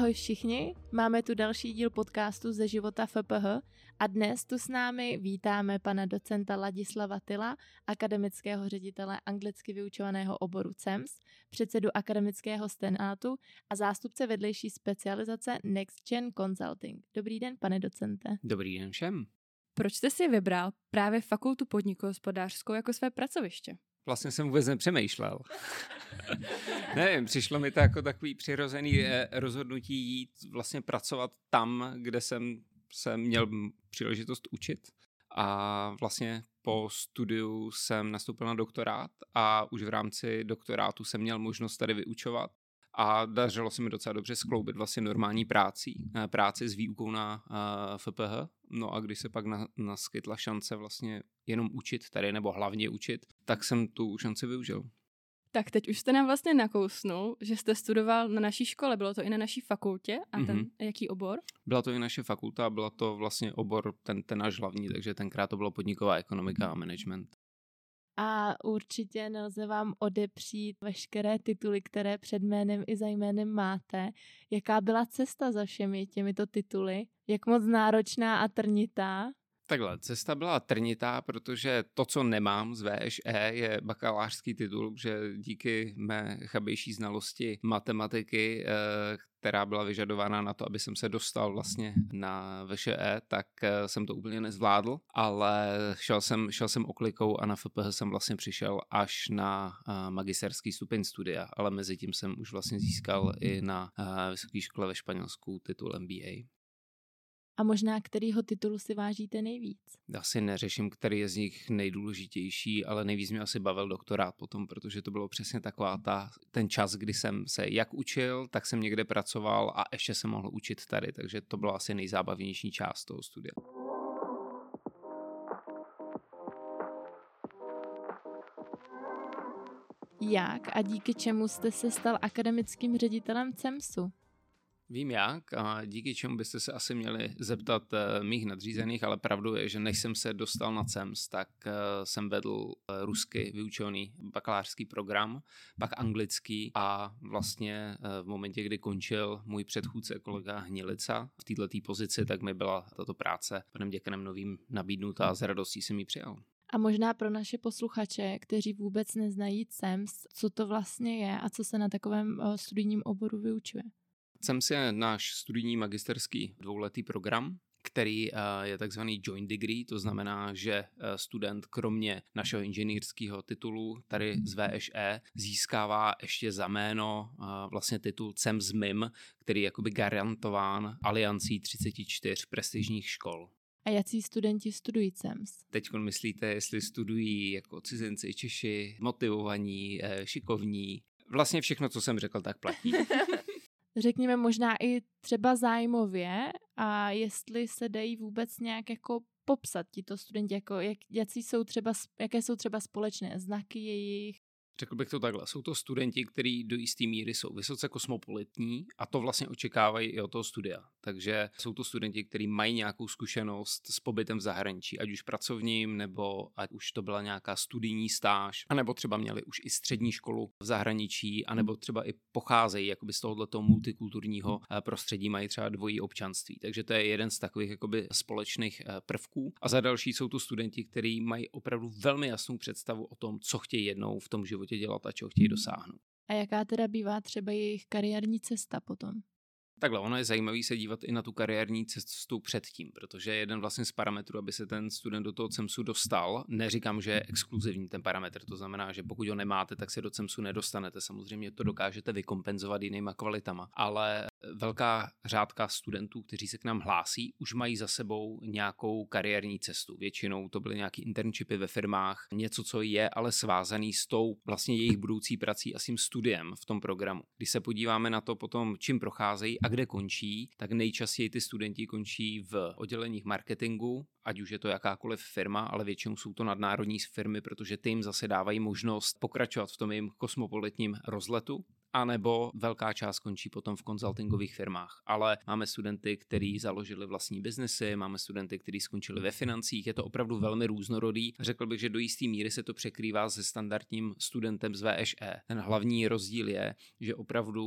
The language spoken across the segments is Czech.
Ahoj všichni, máme tu další díl podcastu ze života FPH a dnes tu s námi vítáme pana docenta Ladislava Tyla, akademického ředitele anglicky vyučovaného oboru CEMS, předsedu akademického senátu a zástupce vedlejší specializace Next Gen Consulting. Dobrý den, pane docente. Dobrý den všem. Proč jste si vybral právě fakultu podnikohospodářskou jako své pracoviště? Vlastně jsem vůbec nepřemýšlel. Nevím, přišlo mi to jako takový přirozený rozhodnutí jít vlastně pracovat tam, kde jsem se měl příležitost učit. A vlastně po studiu jsem nastoupil na doktorát a už v rámci doktorátu jsem měl možnost tady vyučovat. A dařilo se mi docela dobře skloubit vlastně normální práci s výukou na FPH. No a když se pak naskytla šance vlastně jenom učit tady, nebo hlavně učit, tak jsem tu šanci využil. Tak teď už jste nám vlastně nakousnul, že jste studoval na naší škole, bylo to i na naší fakultě a ten jaký obor? Byla to i naše fakulta, byla to vlastně obor ten náš hlavní, takže tenkrát to bylo podniková ekonomika a management. A určitě nelze vám odepřít veškeré tituly, které před jménem i za jménem máte. Jaká byla cesta za všemi těmito tituly? Jak moc náročná a trnitá? Takhle, cesta byla trnitá, protože to, co nemám z VŠE, je bakalářský titul, že díky mé chabější znalosti matematiky, která byla vyžadována na to, aby jsem se dostal vlastně na VŠE, tak jsem to úplně nezvládl, ale šel jsem oklikou a na FPH jsem vlastně přišel až na magisterský stupeň studia, ale mezi tím jsem už vlastně získal i na vysoké škole ve Španělsku titul MBA. A možná kterýho titulu si vážíte nejvíc? Asi neřeším, který je z nich nejdůležitější, ale nejvíc mě asi bavil doktorát potom, protože to bylo přesně taková ten čas, kdy jsem se jak učil, tak jsem někde pracoval a ještě jsem mohl učit tady, takže to byla asi nejzábavnější část toho studia. Jak a díky čemu jste se stal akademickým ředitelem CEMSu? Vím jak a díky čemu byste se asi měli zeptat mých nadřízených, ale pravdou je, že než jsem se dostal na CEMS, tak jsem vedl rusky vyučený bakalářský program, pak anglický a vlastně v momentě, kdy končil můj předchůdce kolega Hnilica v této pozici, tak mi byla tato práce panem děkanem novým nabídnutá a s radostí jsem ji přijal. A možná pro naše posluchače, kteří vůbec neznají CEMS, co to vlastně je a co se na takovém studijním oboru vyučuje? CEMS je náš studijní magisterský dvouletý program, který je takzvaný joint degree, to znamená, že student kromě našeho inženýrského titulu tady z VŠE získává ještě za jméno vlastně titul CEMS MIM, který je jakoby garantován aliancí 34 prestižních škol. A jací studenti studují CEMS? Teď myslíte, jestli studují jako cizinci, Češi, motivovaní, šikovní? Vlastně všechno, co jsem řekl, tak platí. Řekněme možná i třeba zájmově a jestli se dají vůbec nějak jako popsat tito studenti, jako jaké jsou třeba společné znaky jejich. Řekl bych to takhle. Jsou to studenti, kteří do jisté míry jsou vysoce kosmopolitní a to vlastně očekávají i od toho studia. Takže jsou to studenti, kteří mají nějakou zkušenost s pobytem v zahraničí, ať už pracovním, nebo ať už to byla nějaká studijní stáž, anebo třeba měli už i střední školu v zahraničí, anebo třeba i pocházejí jakoby z tohoto multikulturního prostředí, mají třeba dvojí občanství. Takže to je jeden z takových jakoby společných prvků. A za další jsou to studenti, kteří mají opravdu velmi jasnou představu o tom, co chtějí jednou v tom životě dělat a čeho chtějí dosáhnout. A jaká teda bývá třeba jejich kariérní cesta potom? Takhle, ono je zajímavý se dívat i na tu kariérní cestu předtím, protože jeden vlastně z parametrů, aby se ten student do toho CEMSu dostal, neříkám, že je exkluzivní ten parametr, to znamená, že pokud ho nemáte, tak se do CEMSu nedostanete. Samozřejmě to dokážete vykompenzovat jinýma kvalitama, ale velká řádka studentů, kteří se k nám hlásí, už mají za sebou nějakou kariérní cestu. Většinou to byly nějaké internshipy ve firmách, něco, co je ale svázaný s tou vlastně jejich budoucí prací a s tím studiem v tom programu. Když se podíváme na to potom, čím procházejí a kde končí, tak nejčastěji ty studenti končí v odděleních marketingu, ať už je to jakákoliv firma, ale většinou jsou to nadnárodní firmy, protože ty jim zase dávají možnost pokračovat v tom jejím kosmopolitním rozletu. A nebo velká část končí potom v konzultingových firmách. Ale máme studenty, kteří založili vlastní biznesy, máme studenty, kteří skončili ve financích, je to opravdu velmi různorodý. Řekl bych, že do jisté míry se to překrývá se standardním studentem z VŠE. Ten hlavní rozdíl je, že opravdu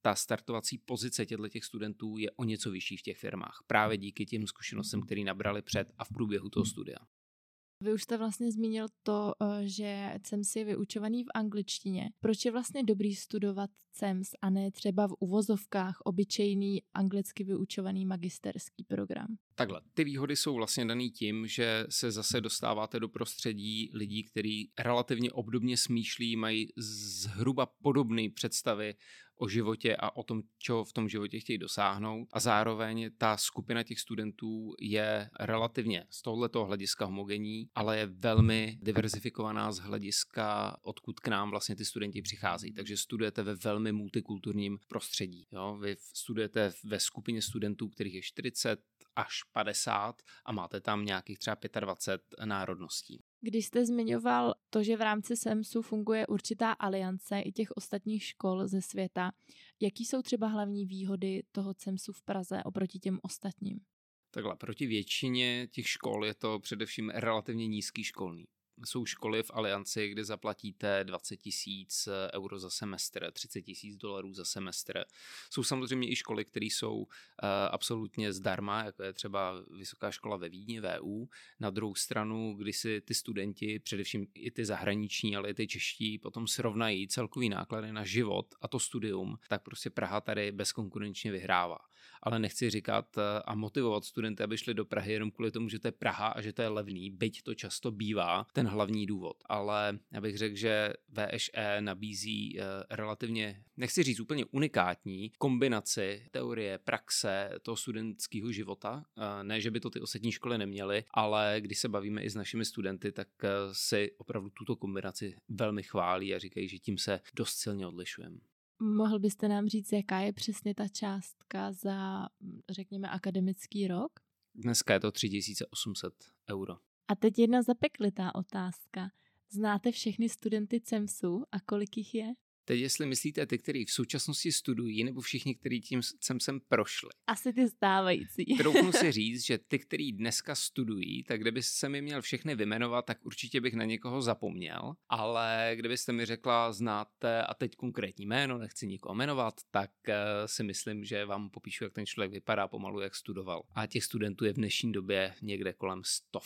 ta startovací pozice těch studentů je o něco vyšší v těch firmách. Právě díky těm zkušenostem, které nabrali před a v průběhu toho studia. Vy už jste vlastně zmínil to, že CEMS je vyučovaný v angličtině. Proč je vlastně dobrý studovat CEMS a ne třeba v uvozovkách obyčejný anglicky vyučovaný magisterský program? Takhle, ty výhody jsou vlastně daný tím, že se zase dostáváte do prostředí lidí, kteří relativně obdobně smýšlí, mají zhruba podobné představy o životě a o tom, čeho v tom životě chtějí dosáhnout. A zároveň ta skupina těch studentů je relativně z tohoto hlediska homogenní, ale je velmi diverzifikovaná z hlediska, odkud k nám vlastně ty studenti přichází. Takže studujete ve velmi multikulturním prostředí. Jo? Vy studujete ve skupině studentů, kterých je 40 až 50 a máte tam nějakých třeba 25 národností. Když jste zmiňoval to, že v rámci CEMSu funguje určitá aliance i těch ostatních škol ze světa, jaký jsou třeba hlavní výhody toho CEMSu v Praze oproti těm ostatním? Takhle, proti většině těch škol je to především relativně nízký školný. Jsou školy v alianci, kde zaplatíte 20 000 euro za semestr, 30 $000 za semestr. Jsou samozřejmě i školy, které jsou absolutně zdarma, jako je třeba Vysoká škola ve Vídni, VU. Na druhou stranu, kdy si ty studenti, především i ty zahraniční, ale i ty čeští, potom srovnají celkový náklady na život a to studium, tak prostě Praha tady bezkonkurenčně vyhrává. Ale nechci říkat a motivovat studenty, aby šli do Prahy jenom kvůli tomu, že to je Praha a že to je levný, byť to často bývá ten hlavní důvod. Ale já bych řekl, že VŠE nabízí relativně, nechci říct úplně unikátní kombinaci teorie, praxe toho studentského života. Ne, že by to ty ostatní školy neměly, ale když se bavíme i s našimi studenty, tak si opravdu tuto kombinaci velmi chválí a říkají, že tím se dost silně odlišujeme. Mohl byste nám říct, jaká je přesně ta částka za, řekněme, akademický rok? Dneska je to 3800 euro. A teď jedna zapeklitá otázka. Znáte všechny studenty CEMSu a kolik jich je? Teď jestli myslíte ty, kteří v současnosti studují, nebo všichni, kteří tím CEMSem prošli. Asi ty stávající. Troufnu si říct, že ty, kteří dneska studují, tak kdyby se mi měl všechny vyjmenovat, tak určitě bych na někoho zapomněl, ale kdybyste mi řekla, znáte a teď konkrétní jméno, nechci nikoho jmenovat, tak si myslím, že vám popíšu, jak ten člověk vypadá pomalu, jak studoval. A těch studentů je v dnešní době někde kolem 100.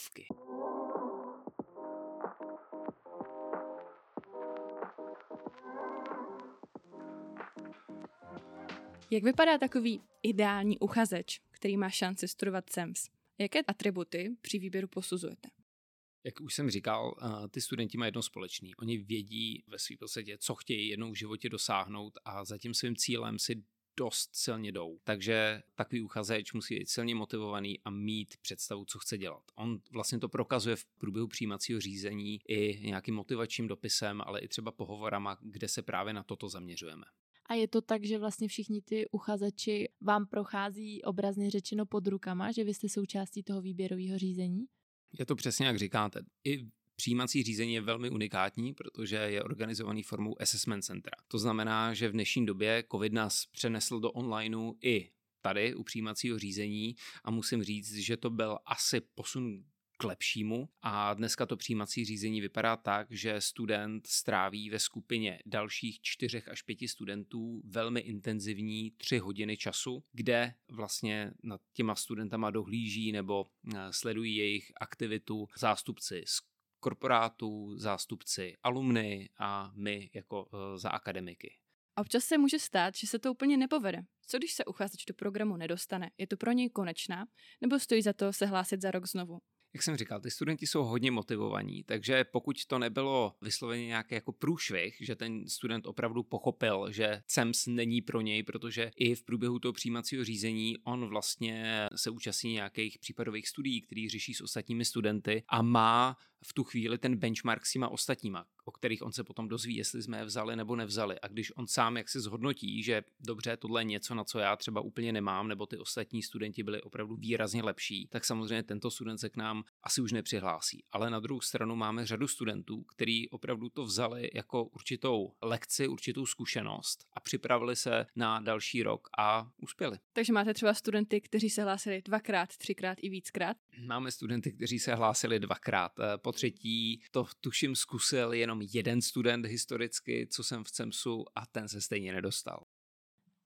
Jak vypadá takový ideální uchazeč, který má šanci studovat CEMS? Jaké atributy při výběru posuzujete? Jak už jsem říkal, ty studenti mají jedno společný. Oni vědí ve svým podstatě, co chtějí jednou v životě dosáhnout a za tím svým cílem si dost silně jdou. Takže takový uchazeč musí být silně motivovaný a mít představu, co chce dělat. On vlastně to prokazuje v průběhu přijímacího řízení i nějakým motivačním dopisem, ale i třeba pohovorama, kde se právě na toto zaměřujeme. A je to tak, že vlastně všichni ty uchazeči vám prochází obrazně řečeno pod rukama, že vy jste součástí toho výběrového řízení? Je to přesně jak říkáte. I přijímací řízení je velmi unikátní, protože je organizovaný formou assessment centra. To znamená, že v dnešní době COVID nás přenesl do onlineu i tady u přijímacího řízení a musím říct, že to byl asi posun k lepšímu a dneska to přijímací řízení vypadá tak, že student stráví ve skupině dalších 4 až 5 studentů velmi intenzivní 3 hodiny času, kde vlastně nad těma studentama dohlíží nebo sledují jejich aktivitu zástupci z korporátů, zástupci alumny a my jako za akademiky. A občas se může stát, že se to úplně nepovede. Co když se uchazeč do programu nedostane? Je to pro něj konečná? Nebo stojí za to se hlásit za rok znovu? Jak jsem říkal, ty studenti jsou hodně motivovaní, takže pokud to nebylo vysloveně nějaký jako průšvih, že ten student opravdu pochopil, že CEMS není pro něj, protože i v průběhu toho přijímacího řízení on vlastně se účastní nějakých případových studií, který řeší s ostatními studenty a má v tu chvíli ten benchmark s těma ostatníma, o kterých on se potom dozví, jestli jsme je vzali nebo nevzali. A když on sám jak si zhodnotí, že dobře, tohle je něco, na co já třeba úplně nemám, nebo ty ostatní studenti byli opravdu výrazně lepší, tak samozřejmě tento student se k nám asi už nepřihlásí. Ale na druhou stranu máme řadu studentů, kteří opravdu to vzali jako určitou lekci, určitou zkušenost a připravili se na další rok a uspěli. Takže máte třeba studenty, kteří se hlásili 2x, 3x i víckrát? Máme studenty, kteří se hlásili 2x. Po třetí to tuším zkusil jenom jeden student historicky, co jsem v CEMSu, a ten se stejně nedostal.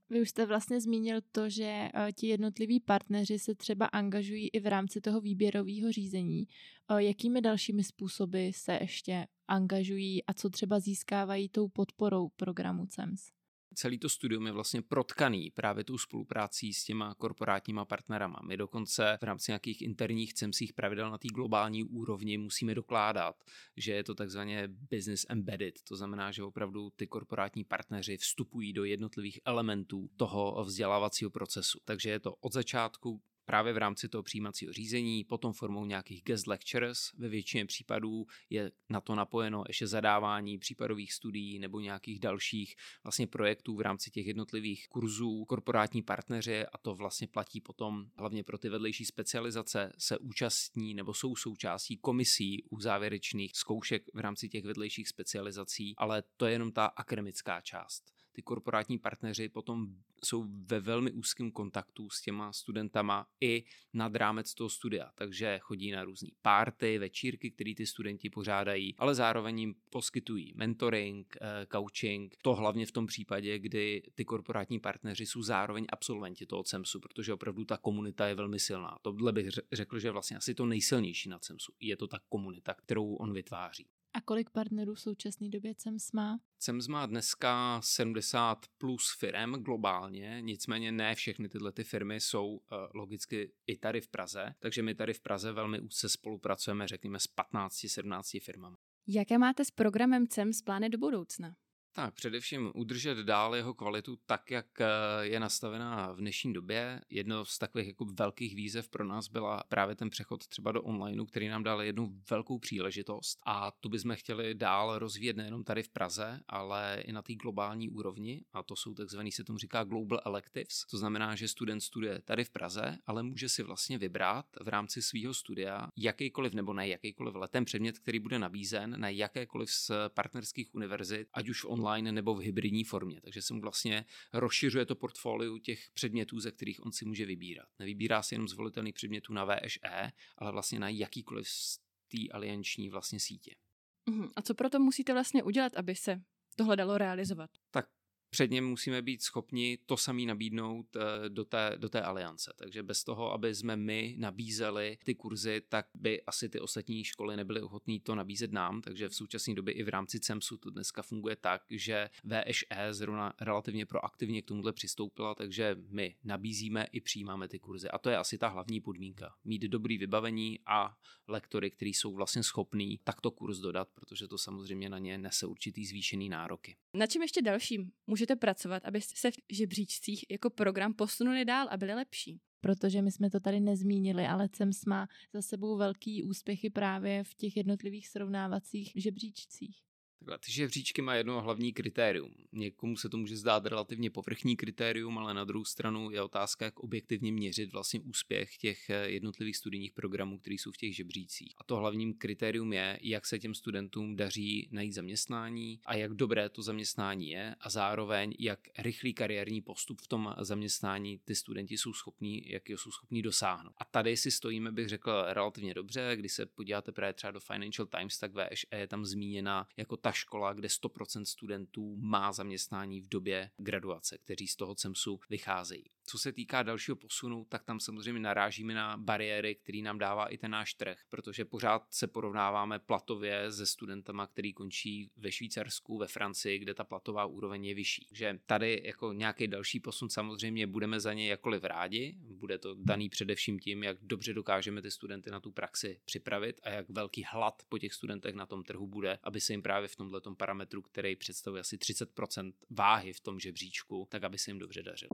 Vy už jste vlastně zmínil to, že ti jednotliví partneři se třeba angažují i v rámci toho výběrového řízení. Jakými dalšími způsoby se ještě angažují a co třeba získávají tou podporou programu CEMS? Celý to studium je vlastně protkaný právě tou spoluprácí s těma korporátníma partnerama. My dokonce v rámci nějakých interních CEMSích pravidel na té globální úrovni musíme dokládat, že je to takzvaně business embedded. To znamená, že opravdu ty korporátní partneři vstupují do jednotlivých elementů toho vzdělávacího procesu. Takže je to od začátku právě v rámci toho přijímacího řízení, potom formou nějakých guest lecturers. Ve většině případů je na to napojeno ještě zadávání případových studií nebo nějakých dalších vlastně projektů v rámci těch jednotlivých kurzů. Korporátní partneři, a to vlastně platí potom hlavně pro ty vedlejší specializace, se účastní nebo jsou součástí komisí u závěrečných zkoušek v rámci těch vedlejších specializací, ale to je jenom ta akademická část. Ty korporátní partneři potom jsou ve velmi úzkém kontaktu s těma studentama i nad rámec toho studia, takže chodí na různý party, večírky, které ty studenti pořádají, ale zároveň jim poskytují mentoring, coaching, to hlavně v tom případě, kdy ty korporátní partneři jsou zároveň absolventi toho CEMSu, protože opravdu ta komunita je velmi silná. Tohle bych řekl, že je vlastně asi to nejsilnější na CEMSu. Je to ta komunita, kterou on vytváří. A kolik partnerů v současné době CEMS má? CEMS má dneska 70 plus firem globálně, nicméně ne všechny tyhle ty firmy jsou logicky i tady v Praze, takže my tady v Praze velmi úzce spolupracujeme, řekněme, s 15-17 firmami. Jaké máte s programem CEMS plány do budoucna? Tak především udržet dál jeho kvalitu tak, jak je nastavená v dnešní době. Jedno z takových jako velkých výzev pro nás byla právě ten přechod třeba do onlineu, který nám dal jednu velkou příležitost. A tu bychom chtěli dál rozvíjet nejenom tady v Praze, ale i na té globální úrovni. A to jsou takzvaný, se tomu říká Global Electives. To znamená, že student studuje tady v Praze, ale může si vlastně vybrat v rámci svého studia jakýkoliv nebo ne jakýkoliv, ale ten předmět, který bude nabízen na jakékoliv z partnerských univerzit, ať už online nebo v hybridní formě. Takže se mu vlastně rozšiřuje to portfolio těch předmětů, ze kterých on si může vybírat. Nevybírá si jenom z volitelných předmětů na VŠE, ale vlastně na jakýkoliv z té alianční vlastně sítě. A co proto musíte vlastně udělat, aby se tohle dalo realizovat? Tak před něm musíme být schopni to samý nabídnout do té aliance. Takže bez toho, aby jsme my nabízeli ty kurzy, tak by asi ty ostatní školy nebyly ochotní to nabízet nám. Takže v současné době i v rámci CEMSu to dneska funguje tak, že VŠE zrovna relativně proaktivně k tomuhle přistoupila, takže my nabízíme i přijímáme ty kurzy. A to je asi ta hlavní podmínka. Mít dobrý vybavení a lektory, kteří jsou vlastně schopní takto kurz dodat, protože to samozřejmě na ně nese určitý zvýšený nároky. Na čem ještě dalším můžete pracovat, abyste se v žebříčcích jako program posunuli dál a byli lepší? Protože my jsme to tady nezmínili, ale CEMS má za sebou velký úspěchy právě v těch jednotlivých srovnávacích žebříčcích. Ty žebříčky má jedno hlavní kritérium. Někomu se to může zdát relativně povrchní kritérium, ale na druhou stranu je otázka, jak objektivně měřit vlastně úspěch těch jednotlivých studijních programů, které jsou v těch žebřících. A to hlavním kritérium je, jak se těm studentům daří najít zaměstnání a jak dobré to zaměstnání je a zároveň jak rychlý kariérní postup v tom zaměstnání ty studenti jsou schopní, jak jsou schopní dosáhnout. A tady si stojíme, bych řekl, relativně dobře. Když se podíváte právě třeba do Financial Times, tak VŠE je tam zmíněna jako ta škola, kde 100% studentů má zaměstnání v době graduace, kteří z toho CEMSu vycházejí. Co se týká dalšího posunu, tak tam samozřejmě narážíme na bariéry, který nám dává i ten náš trh, protože pořád se porovnáváme platově se studentama, který končí ve Švýcarsku, ve Francii, kde ta platová úroveň je vyšší. Takže tady jako nějaký další posun samozřejmě budeme za ně jakkoliv rádi. Bude to daný především tím, jak dobře dokážeme ty studenty na tu praxi připravit a jak velký hlad po těch studentech na tom trhu bude, aby se jim právě v tomhletom parametru, který představuje asi 30% váhy v tom žebříčku, tak aby se jim dobře dařilo.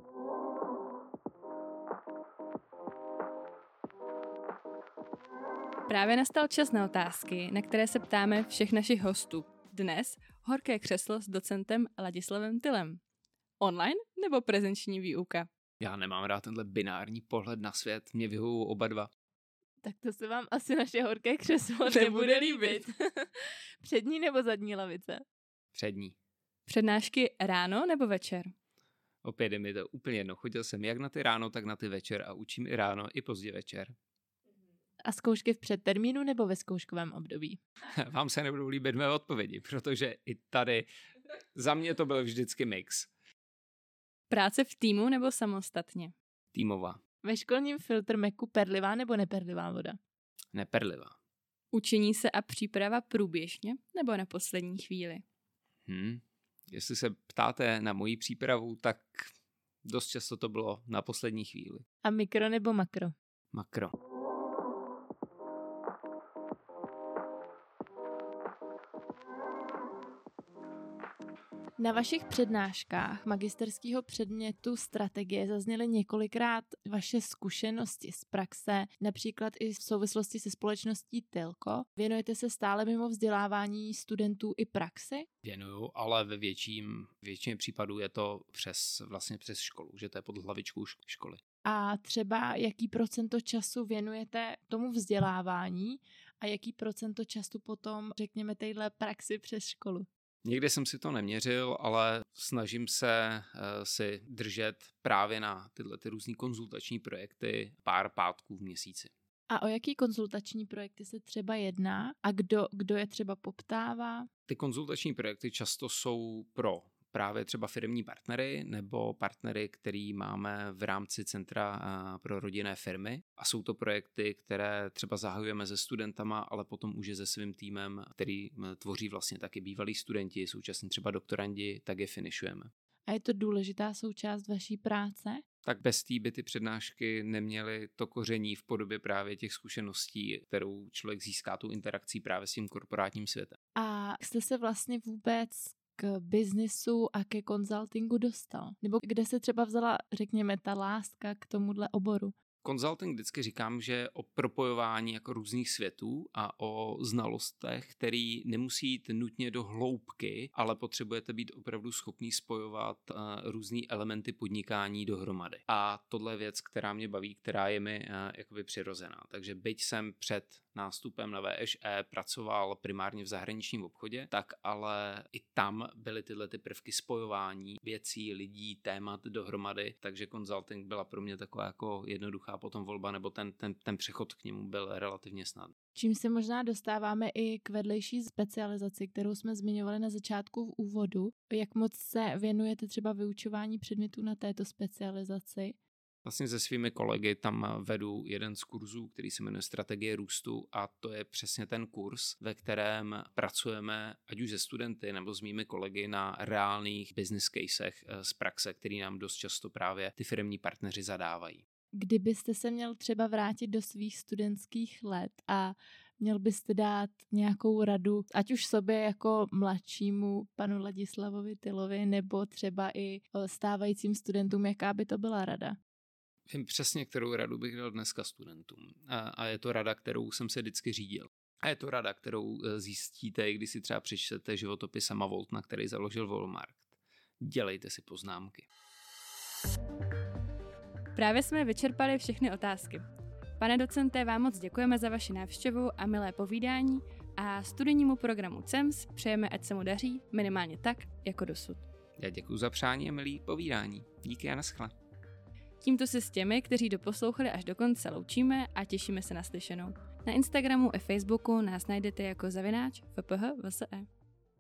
Právě nastal čas na otázky, na které se ptáme všech našich hostů. Dnes horké křeslo s docentem Ladislavem Tylem. Online nebo prezenční výuka? Já nemám rád tenhle binární pohled na svět, mě vyhovují oba dva. Tak to se vám asi naše horké křeslo nebude líbit. Přední nebo zadní lavice? Přední. Přednášky ráno nebo večer? Opět je mi to úplně jedno. Chodil jsem jak na ty ráno, tak na ty večer a učím i ráno, i pozdě večer. A zkoušky v předtermínu nebo ve zkouškovém období? Vám se nebudou líbit mé odpovědi, protože i tady za mě to byl vždycky mix. Práce v týmu nebo samostatně? Týmová. Ve školním filtrmeku perlivá nebo neperlivá voda? Neperlivá. Učení se a příprava průběžně nebo na poslední chvíli? Jestli se ptáte na moji přípravu, tak dost často to bylo na poslední chvíli. A mikro nebo makro? Makro. Na vašich přednáškách magisterského předmětu strategie zazněly několikrát vaše zkušenosti z praxe, například i v souvislosti se společností Tilko. Věnujete se stále mimo vzdělávání studentů i praxi? Věnuju, ale ve většině případů je to přes školu, že to je pod hlavičkou školy. A třeba jaký procento času věnujete tomu vzdělávání a jaký procento času potom, řekněme, téhle praxi přes školu? Někde jsem si to neměřil, ale snažím se si držet právě na tyhle různý konzultační projekty pár pátků v měsíci. A o jaký konzultační projekty se třeba jedná a kdo je třeba poptává? Ty konzultační projekty často jsou pro právě třeba firemní partnery nebo partnery, který máme v rámci Centra pro rodinné firmy. A jsou to projekty, které třeba zahajujeme se studentama, ale potom už je se svým týmem, který tvoří vlastně taky bývalí studenti, současně třeba doktorandi, tak je finišujeme. A je to důležitá součást vaší práce? Tak bez té by ty přednášky neměly to koření v podobě právě těch zkušeností, kterou člověk získá tu interakcí právě s tím korporátním světem. A jste se vlastně vůbec k biznisu a ke konzultingu dostal? Nebo kde se třeba vzala, řekněme, ta láska k tomuhle oboru? Consulting vždycky říkám, že o propojování jako různých světů a o znalostech, který nemusí jít nutně do hloubky, ale potřebujete být opravdu schopný spojovat různý elementy podnikání dohromady. A tohle je věc, která mě baví, která je mi jakoby přirozená. Takže byť jsem před nástupem na VŠE pracoval primárně v zahraničním obchodě, tak ale i tam byly tyhle ty prvky spojování věcí, lidí, témat dohromady, takže consulting byla pro mě taková jako jednoduchá potom volba, nebo ten přechod k němu byl relativně snadný. Čím se možná dostáváme i k vedlejší specializaci, kterou jsme zmiňovali na začátku v úvodu. Jak moc se věnujete třeba vyučování předmětů na této specializaci? Vlastně se svými kolegy tam vedu jeden z kurzů, který se jmenuje Strategie růstu a to je přesně ten kurz, ve kterém pracujeme ať už se studenty nebo s mými kolegy na reálných business casech z praxe, který nám dost často právě ty firemní partneři zadávají. Kdybyste se měl třeba vrátit do svých studentských let a měl byste dát nějakou radu, ať už sobě jako mladšímu panu Ladislavovi Tylovi, nebo třeba i stávajícím studentům, jaká by to byla rada? Vím přesně, kterou radu bych dal dneska studentům. A je to rada, kterou jsem se vždycky řídil. A je to rada, kterou zjistíte, když si třeba přečtete životopis Sama Waltona, který založil Walmart. Dělejte si poznámky. Právě jsme vyčerpali všechny otázky. Pane docente, vám moc děkujeme za vaši návštěvu a milé povídání a studijnímu programu CEMS přejeme, ať se mu daří minimálně tak, jako dosud. Já děkuji za přání a milý povídání. Díky a naschle. Tímto se s těmi, kteří doposlouchali až do konce, loučíme a těšíme se na slyšenou. Na Instagramu a Facebooku nás najdete jako @FPH VSE.